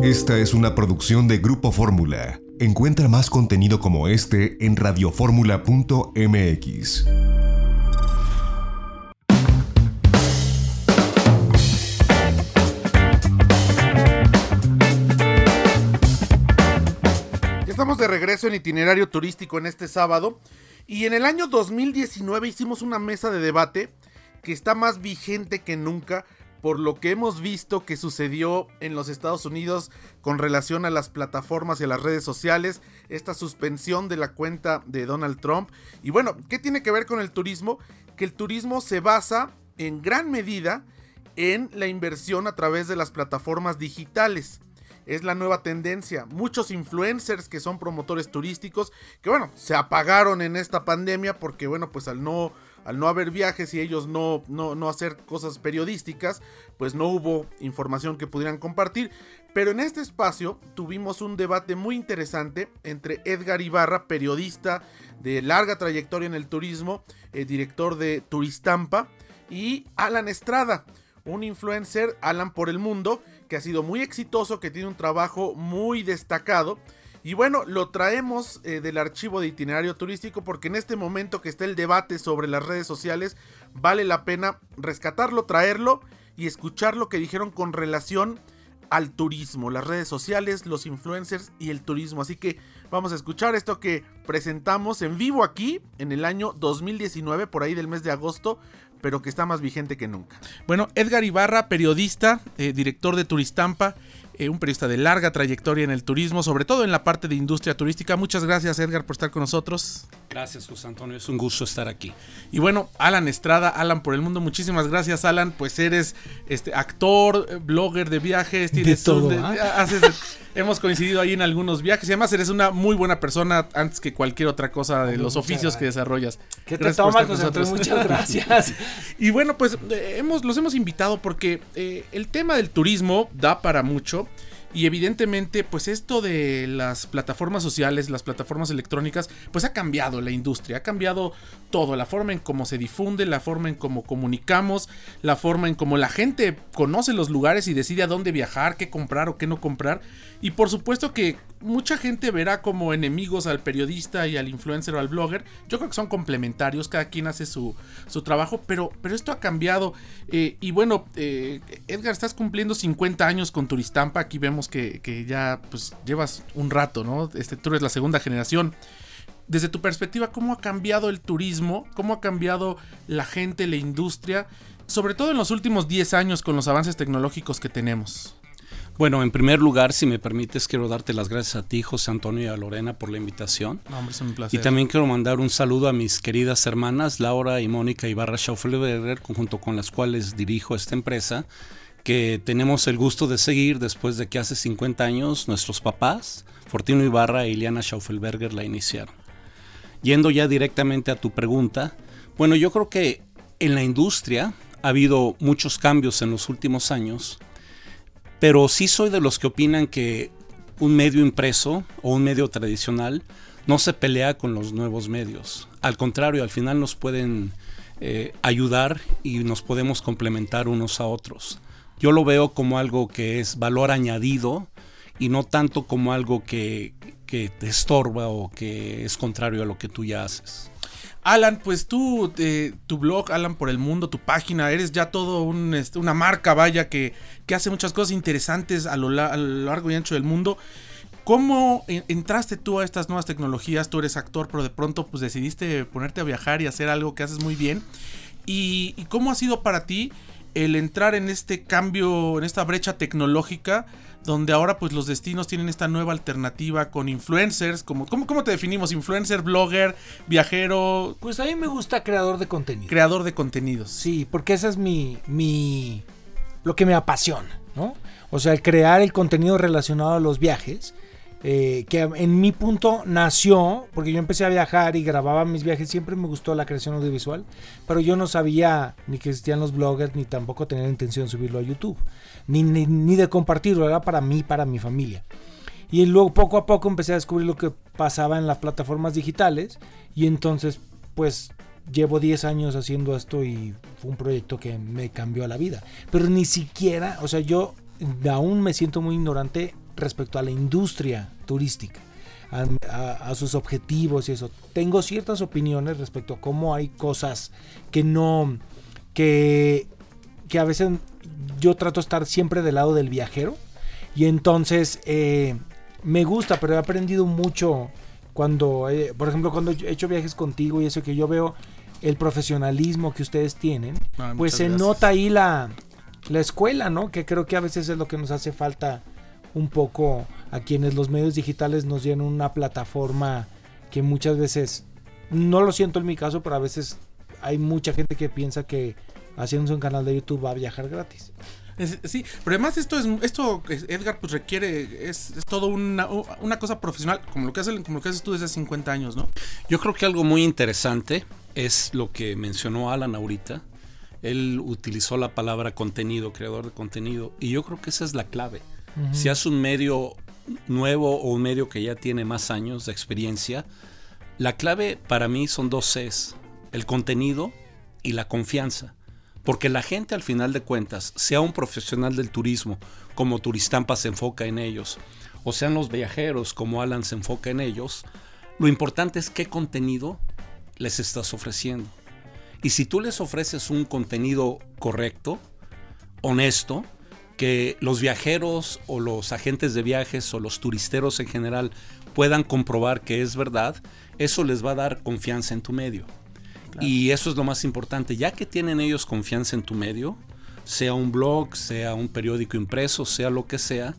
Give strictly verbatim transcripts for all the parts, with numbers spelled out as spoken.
Esta es una producción de Grupo Fórmula. Encuentra más contenido como este en radioformula punto m x. Estamos de regreso en Itinerario Turístico en este sábado y en el año dos mil diecinueve hicimos una mesa de debate que está más vigente que nunca por lo que hemos visto que sucedió en los Estados Unidos con relación a las plataformas y a las redes sociales, esta suspensión de la cuenta de Donald Trump. Y bueno, ¿qué tiene que ver con el turismo? Que el turismo se basa en gran medida en la inversión a través de las plataformas digitales. Es la nueva tendencia. Muchos influencers que son promotores turísticos, que bueno, se apagaron en esta pandemia porque bueno, pues al no, al no haber viajes y ellos no, no, no hacer cosas periodísticas, pues no hubo información que pudieran compartir. Pero en este espacio tuvimos un debate muy interesante entre Edgar Ibarra, periodista de larga trayectoria en el turismo, eh, director de Turistampa, y Alan Estrada, un influencer, Alan por el mundo, que ha sido muy exitoso, que tiene un trabajo muy destacado. Y bueno, lo traemos eh, del archivo de Itinerario Turístico porque en este momento que está el debate sobre las redes sociales, vale la pena rescatarlo, traerlo y escuchar lo que dijeron con relación al turismo, las redes sociales, los influencers y el turismo. Así que vamos a escuchar esto que presentamos en vivo aquí en el año dos mil diecinueve, por ahí del mes de agosto, pero que está más vigente que nunca. Bueno, Edgar Ibarra, periodista, eh, director de Turistampa, eh, un periodista de larga trayectoria en el turismo, sobre todo en la parte de industria turística. Muchas gracias, Edgar, por estar con nosotros. Gracias, José Antonio, es un gusto estar aquí. Y bueno, Alan Estrada, Alan por el mundo, muchísimas gracias, Alan. Pues eres este actor, blogger de viajes, tienes de todo, de, ¿eh? haces, hemos coincidido ahí en algunos viajes y además eres una muy buena persona antes que cualquier otra cosa de los oficios que desarrollas. ¿Qué te tomas, José Antonio? Muchas gracias. Y bueno, pues eh, hemos, los hemos invitado porque eh, el tema del turismo da para mucho. Y evidentemente, pues esto de las plataformas sociales, las plataformas electrónicas, pues ha cambiado la industria, ha cambiado todo, la forma en cómo se difunde, la forma en cómo comunicamos, la forma en cómo la gente conoce los lugares y decide a dónde viajar, qué comprar o qué no comprar. Y por supuesto que mucha gente verá como enemigos al periodista y al influencer o al blogger. Yo creo que son complementarios, cada quien hace su, su trabajo, pero, pero esto ha cambiado. Eh, y bueno, eh, Edgar, estás cumpliendo cincuenta años con Turistampa, aquí vemos Que, que ya pues llevas un rato, ¿no? Este, tú eres la segunda generación. Desde tu perspectiva, ¿cómo ha cambiado el turismo? ¿Cómo ha cambiado la gente, la industria? Sobre todo en los últimos diez años con los avances tecnológicos que tenemos. Bueno, en primer lugar, si me permites, quiero darte las gracias a ti, José Antonio, y a Lorena por la invitación. No, hombre, es un placer. Y también quiero mandar un saludo a mis queridas hermanas, Laura y Mónica Ibarra Schaufelberger, junto con las cuales dirijo esta empresa, que tenemos el gusto de seguir después de que hace cincuenta años nuestros papás, Fortino Ibarra e Ileana Schaufelberger, la iniciaron. Yendo ya directamente a tu pregunta, bueno, yo creo que en la industria ha habido muchos cambios en los últimos años, pero sí soy de los que opinan que un medio impreso o un medio tradicional no se pelea con los nuevos medios. Al contrario, al final nos pueden eh, ayudar y nos podemos complementar unos a otros. Yo lo veo como algo que es valor añadido y no tanto como algo que, que te estorba o que es contrario a lo que tú ya haces. Alan, pues tú, eh, tu blog, Alan por el mundo, tu página, eres ya todo un, este, una marca, vaya, que, que hace muchas cosas interesantes a lo, a lo largo y ancho del mundo. ¿Cómo entraste tú a estas nuevas tecnologías? Tú eres actor, pero de pronto pues decidiste ponerte a viajar y hacer algo que haces muy bien. ¿Y, y cómo ha sido para ti el entrar en este cambio, en esta brecha tecnológica, donde ahora pues los destinos tienen esta nueva alternativa con influencers? Como, ¿cómo, ¿Cómo te definimos? ¿Influencer, blogger, viajero? Pues a mí me gusta creador de contenido. Creador de contenidos. Sí, porque esa es mi, mi, lo que me apasiona, ¿no? O sea, el crear el contenido relacionado a los viajes. Eh, que en mi punto nació porque yo empecé a viajar y grababa mis viajes. Siempre me gustó la creación audiovisual, pero yo no sabía ni que existían los bloggers, ni tampoco tenía la intención de subirlo a YouTube, ni, ni, ni de compartirlo. Era para mí, para mi familia. Y luego poco a poco empecé a descubrir lo que pasaba en las plataformas digitales, y entonces pues llevo diez años haciendo esto y fue un proyecto que me cambió la vida. Pero ni siquiera, o sea, yo aún me siento muy ignorante respecto a la industria turística, a, a, a sus objetivos y eso. Tengo ciertas opiniones respecto a cómo hay cosas que no, que, que a veces yo trato de estar siempre del lado del viajero, y entonces eh, me gusta, pero he aprendido mucho cuando, eh, por ejemplo, cuando he hecho viajes contigo y eso, que yo veo el profesionalismo que ustedes tienen, Ay, pues se gracias. nota ahí la, la escuela, ¿no? Que creo que a veces es lo que nos hace falta un poco a quienes los medios digitales nos dieron una plataforma que muchas veces, no lo siento en mi caso, pero a veces hay mucha gente que piensa que haciéndose un canal de YouTube va a viajar gratis. Es, sí, pero además esto es esto Edgar pues requiere es, es todo una, una cosa profesional, como lo que haces como lo que haces tú desde hace cincuenta años, ¿no? Yo creo que algo muy interesante es lo que mencionó Alan ahorita. Él utilizó la palabra contenido, creador de contenido, y yo creo que esa es la clave. Uh-huh. Si haces un medio nuevo o un medio que ya tiene más años de experiencia, la clave para mí son dos Cs: el contenido y la confianza. Porque la gente, al final de cuentas, sea un profesional del turismo, como Turistampa se enfoca en ellos, o sean los viajeros, como Alan se enfoca en ellos, lo importante es qué contenido les estás ofreciendo. Y si tú les ofreces un contenido correcto, honesto, que los viajeros o los agentes de viajes o los turisteros en general puedan comprobar que es verdad, eso les va a dar confianza en tu medio. Claro. Y eso es lo más importante. Ya que tienen ellos confianza en tu medio, sea un blog, sea un periódico impreso, sea lo que sea,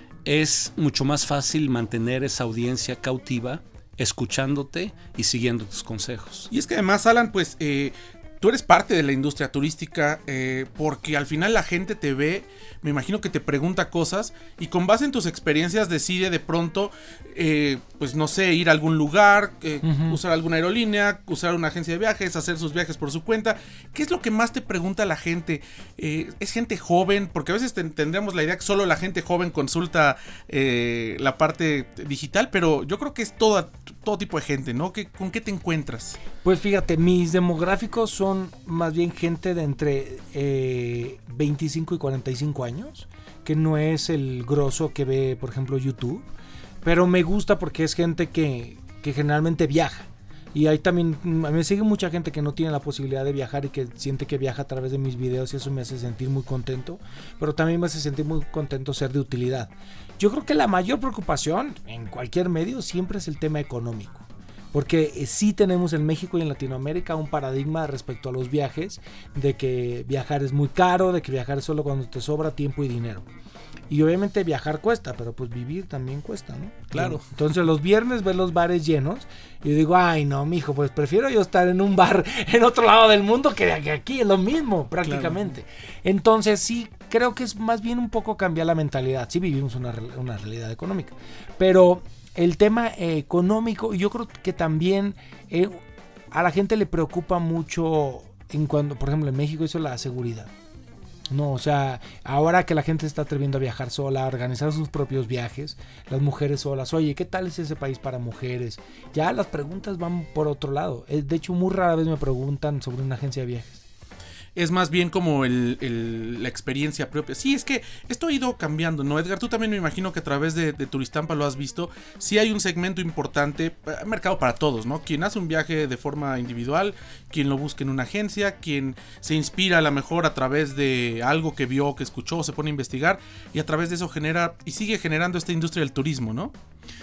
es mucho más fácil mantener esa audiencia cautiva, escuchándote y siguiendo tus consejos. Y es que además, Alan, pues eh, tú eres parte de la industria turística, eh, porque al final la gente te ve, me imagino que te pregunta cosas, y con base en tus experiencias decide de pronto, eh, pues no sé, ir a algún lugar, eh, uh-huh. usar alguna aerolínea, usar una agencia de viajes, hacer sus viajes por su cuenta. ¿Qué es lo que más te pregunta la gente? Eh, ¿Es gente joven? Porque a veces te, tendremos la idea que solo la gente joven consulta eh, la parte digital, pero yo creo que es todo, todo tipo de gente, ¿no? ¿Qué, ¿Con qué te encuentras? Pues fíjate, mis demográficos son más bien gente de entre eh, veinticinco y cuarenta y cinco años, que no es el grosso que ve, por ejemplo, YouTube, pero me gusta porque es gente que, que generalmente viaja. Y ahí también me sigue mucha gente que no tiene la posibilidad de viajar y que siente que viaja a través de mis videos, y eso me hace sentir muy contento, pero también me hace sentir muy contento ser de utilidad. Yo creo que la mayor preocupación en cualquier medio siempre es el tema económico, porque sí tenemos en México y en Latinoamérica un paradigma respecto a los viajes, de que viajar es muy caro, de que viajar es solo cuando te sobra tiempo y dinero. Y obviamente viajar cuesta, pero pues vivir también cuesta, ¿no? Claro. Entonces los viernes ves los bares llenos y yo digo, ay no, mijo, pues prefiero yo estar en un bar en otro lado del mundo que aquí, es lo mismo prácticamente. Claro. Entonces sí, creo que es más bien un poco cambiar la mentalidad. Sí vivimos una, una realidad económica, pero el tema eh, económico, yo creo que también eh, a la gente le preocupa mucho en cuando, por ejemplo, en México eso la seguridad. No, o sea, ahora que la gente está atreviendo a viajar sola, a organizar sus propios viajes, las mujeres solas, oye, ¿qué tal es ese país para mujeres? Ya las preguntas van por otro lado. De hecho, muy rara vez me preguntan sobre una agencia de viajes. Es más bien como el, el, la experiencia propia. Sí, es que esto ha ido cambiando, ¿no, Edgar? Tú también me imagino que a través de, de Turistampa lo has visto. Sí hay un segmento importante, mercado para todos, ¿no? Quien hace un viaje de forma individual, quien lo busca en una agencia, quien se inspira a lo mejor a través de algo que vio, que escuchó, se pone a investigar, y a través de eso genera y sigue generando esta industria del turismo, ¿no?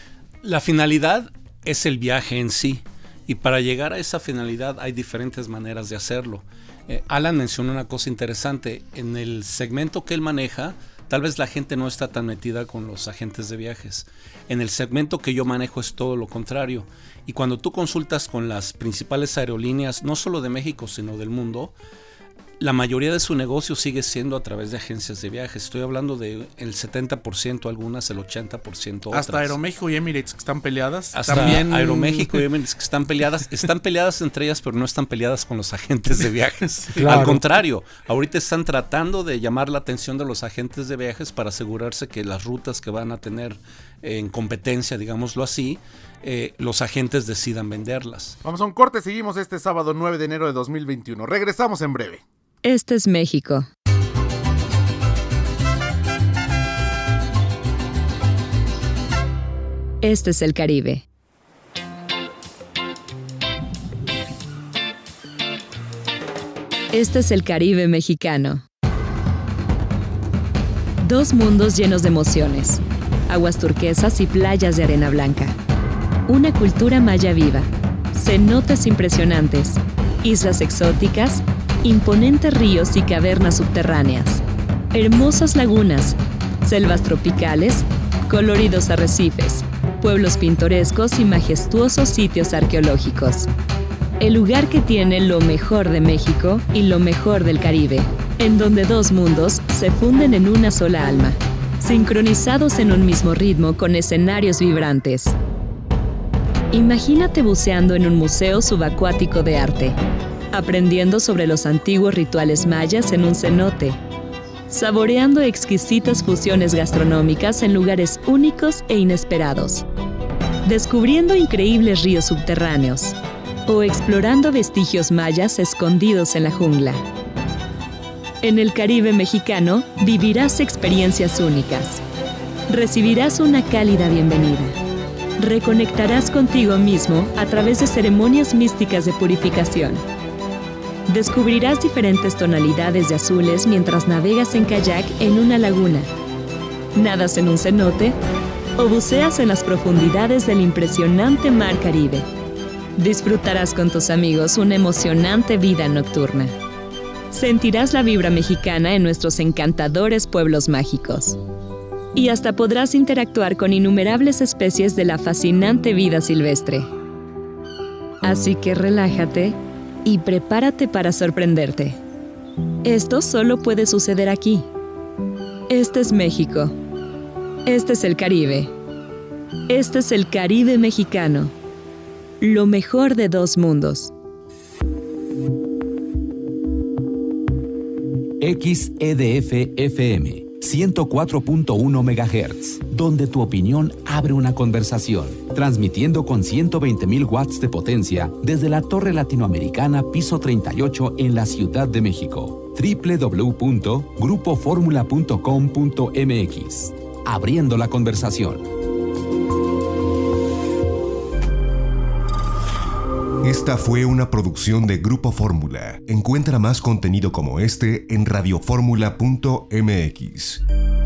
La finalidad es el viaje en sí, y para llegar a esa finalidad hay diferentes maneras de hacerlo. Eh, Alan mencionó una cosa interesante. En el segmento que él maneja, tal vez la gente no está tan metida con los agentes de viajes. En el segmento que yo manejo es todo lo contrario. Y cuando tú consultas con las principales aerolíneas, no solo de México, sino del mundo, la mayoría de su negocio sigue siendo a través de agencias de viajes. Estoy hablando de el setenta por ciento algunas, el ochenta por ciento otras. Hasta Aeroméxico y Emirates que están peleadas. Hasta también Aeroméxico y Emirates que están peleadas. Están peleadas entre ellas, pero no están peleadas con los agentes de viajes. Claro. Al contrario, ahorita están tratando de llamar la atención de los agentes de viajes para asegurarse que las rutas que van a tener en competencia, digámoslo así, eh, los agentes decidan venderlas. Vamos a un corte, seguimos este sábado nueve de enero de dos mil veintiuno. Regresamos en breve. Este es México. Este es el Caribe. Este es el Caribe mexicano. Dos mundos llenos de emociones, aguas turquesas y playas de arena blanca. Una cultura maya viva, cenotes impresionantes, islas exóticas, imponentes ríos y cavernas subterráneas, hermosas lagunas, selvas tropicales, coloridos arrecifes, pueblos pintorescos y majestuosos sitios arqueológicos. El lugar que tiene lo mejor de México y lo mejor del Caribe, en donde dos mundos se funden en una sola alma, sincronizados en un mismo ritmo con escenarios vibrantes. Imagínate buceando en un museo subacuático de arte, aprendiendo sobre los antiguos rituales mayas en un cenote, saboreando exquisitas fusiones gastronómicas en lugares únicos e inesperados, descubriendo increíbles ríos subterráneos o explorando vestigios mayas escondidos en la jungla. En el Caribe mexicano vivirás experiencias únicas. Recibirás una cálida bienvenida. Reconectarás contigo mismo a través de ceremonias místicas de purificación. Descubrirás diferentes tonalidades de azules mientras navegas en kayak en una laguna, nadas en un cenote o buceas en las profundidades del impresionante Mar Caribe. Disfrutarás con tus amigos una emocionante vida nocturna. Sentirás la vibra mexicana en nuestros encantadores pueblos mágicos. Y hasta podrás interactuar con innumerables especies de la fascinante vida silvestre. Así que relájate y prepárate para sorprenderte. Esto solo puede suceder aquí. Este es México. Este es el Caribe. Este es el Caribe mexicano. Lo mejor de dos mundos. X E D F F M ciento cuatro punto uno megahertz, donde tu opinión abre una conversación, transmitiendo con ciento veinte mil watts de potencia desde la Torre Latinoamericana piso treinta y ocho en la Ciudad de México. doble u doble u doble u punto grupo fórmula punto com punto m x. Abriendo la conversación. Esta fue una producción de Grupo Fórmula. Encuentra más contenido como este en radio fórmula punto m x.